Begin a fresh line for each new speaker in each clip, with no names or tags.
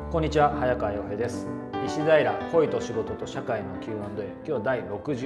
こんにちは、早川洋平です。石平恋と仕事と社会の Q&A、 今日は第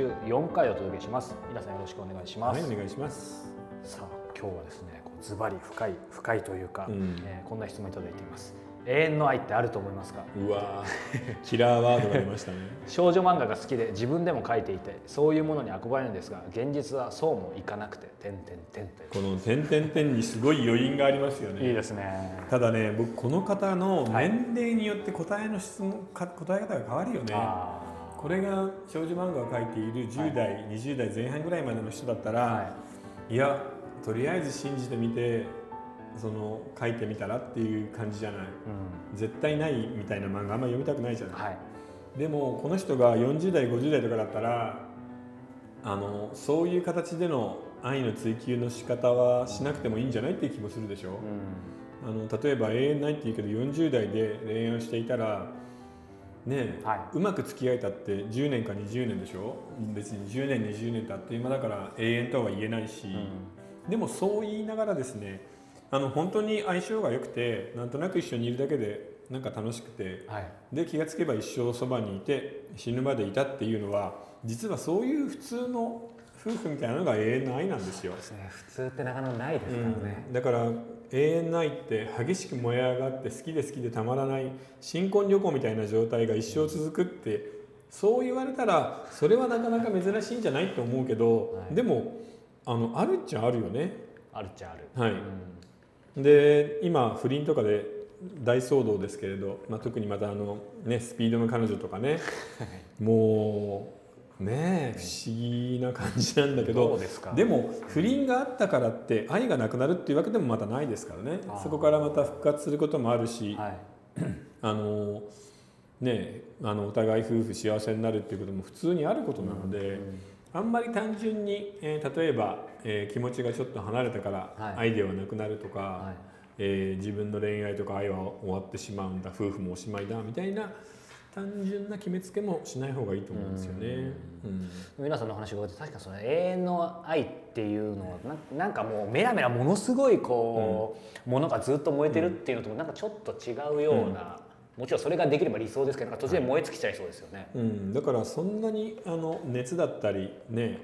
64回をお届けします。皆さんよろしくお願いします。
はい、お願いします。
さあ、今日はですね、ズバリ深いというか、こんな質問いただいています。永遠の愛ってあると思いますか？
うわキラーワードが出ましたね。
少女漫画が好きで自分でも描いていて、そういうものに憧れるんですが、現実はそうもいかなくて、
この点々点にすごい余韻がありますよね。
いいですね。
ただね、僕この方の年齢によって答え方が変わるよね。これが少女漫画を描いている10代、20代前半ぐらいまでの人だったら、いやとりあえず信じてみて書いてみたらっていう感じじゃない、絶対ないみたいな漫画あんまり読みたくないじゃない、でもこの人が40代50代とかだったらそういう形での愛の追求の仕方はしなくてもいいんじゃないっていう気もするでしょ、例えば永遠ないって言うけど40代で恋愛をしていたらね、うまく付き合えたって10年か20年でしょ。別に10年20年ってあっという間だから永遠とは言えないし、でもそう言いながらですね、本当に相性が良くてなんとなく一緒にいるだけでなんか楽しくて、で気がつけば一生そばにいて死ぬまでいたっていうのは実はそういう普通の夫婦みたいなのが永遠の愛なんですよ。
普通ってなかなかないですからね、
だから永遠の愛って激しく燃え上がって好きでたまらない新婚旅行みたいな状態が一生続くってそう言われたらそれはなかなか珍しいんじゃないと思うけど、でもあるっちゃあるよね。
あるっちゃある。
で今不倫とかで大騒動ですけれど、特にまたスピードの彼女とかねもうね不思議な感じなんだけど、でも不倫があったからって愛がなくなるっていうわけでもまたないですからね。そこからまた復活することもあるし、お互い夫婦幸せになるっていうことも普通にあることなので、あんまり単純に、例えば、気持ちがちょっと離れたから愛ではなくなるとか、自分の恋愛とか愛は終わってしまうんだ、夫婦もおしまいだみたいな単純な決めつけもしない方がいいと思うんですよね。
皆さんの話を聞いて確かその永遠の愛っていうのはなんかもうメラメラものすごいものがずっと燃えてるっていうのともなんかちょっと違うような、もちろんそれができれば理想ですけど、突然燃え尽きちゃいそうですよね。
だからそんなに熱だったりね、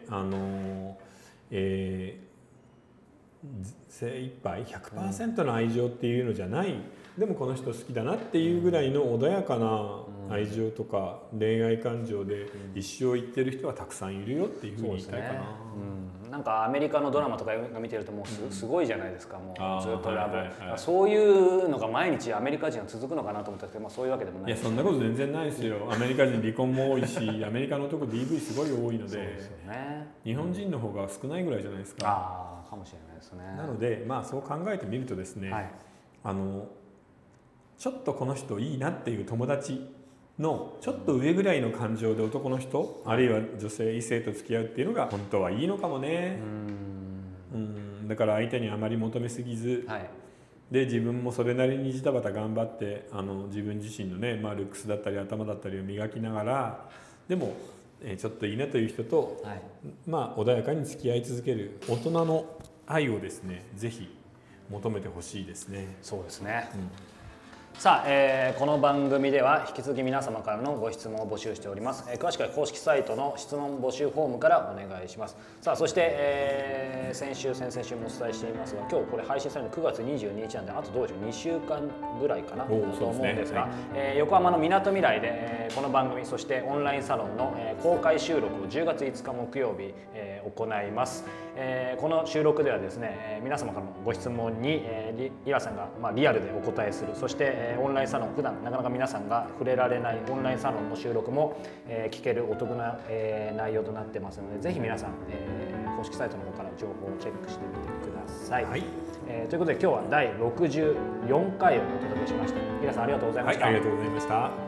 精一杯 100% の愛情っていうのじゃない、でもこの人好きだなっていうぐらいの穏やかな愛情とか恋愛感情で一生言ってる人はたくさんいるよっていうふうに言いたいかな。
なんかアメリカのドラマとか見てるともうすごいじゃないですか、もうずっとラブ、そういうのが毎日アメリカ人は続くのかなと思ったけど、そういうわけでもない。
いやそんなこと全然ないですよ。アメリカ人離婚も多いしアメリカの男 DV すごい多いので、日本人の方が少ないぐらいじゃないですか。
かもしれないですね。
なのでそう考えてみるとですね、ちょっとこの人いいなっていう友達のちょっと上ぐらいの感情で男の人、あるいは女性異性と付き合うっていうのが本当はいいのかもね。だから相手にあまり求めすぎず、で自分もそれなりにジタバタ頑張って自分自身のね、ルックスだったり頭だったりを磨きながら、でもちょっといいなという人と、穏やかに付き合い続ける大人の愛をですね、ぜひ求めてほしいですね。
そうですね。さあ、この番組では引き続き皆様からのご質問を募集しております。詳しくは公式サイトの質問募集フォームからお願いします。さあそして、先々週もお伝えしていますが、今日これ配信されるの9月22日なんで、あとどうでしょう、2週間ぐらいかなと思うんですが、横浜のみなとみらいで、この番組そしてオンラインサロンの、公開収録を10月5日木曜日、行います。この収録ではですね、皆様からのご質問に、リラさんが、リアルでお答えする、そしてオンラインサロン、普段なかなか皆さんが触れられないオンラインサロンの収録も、聞けるお得な、内容となってますので、ぜひ皆さん、公式サイトの方から情報をチェックしてみてください。ということで今日は第64回をお届けしました。リラさんありがとうございました。
ありがとうございました。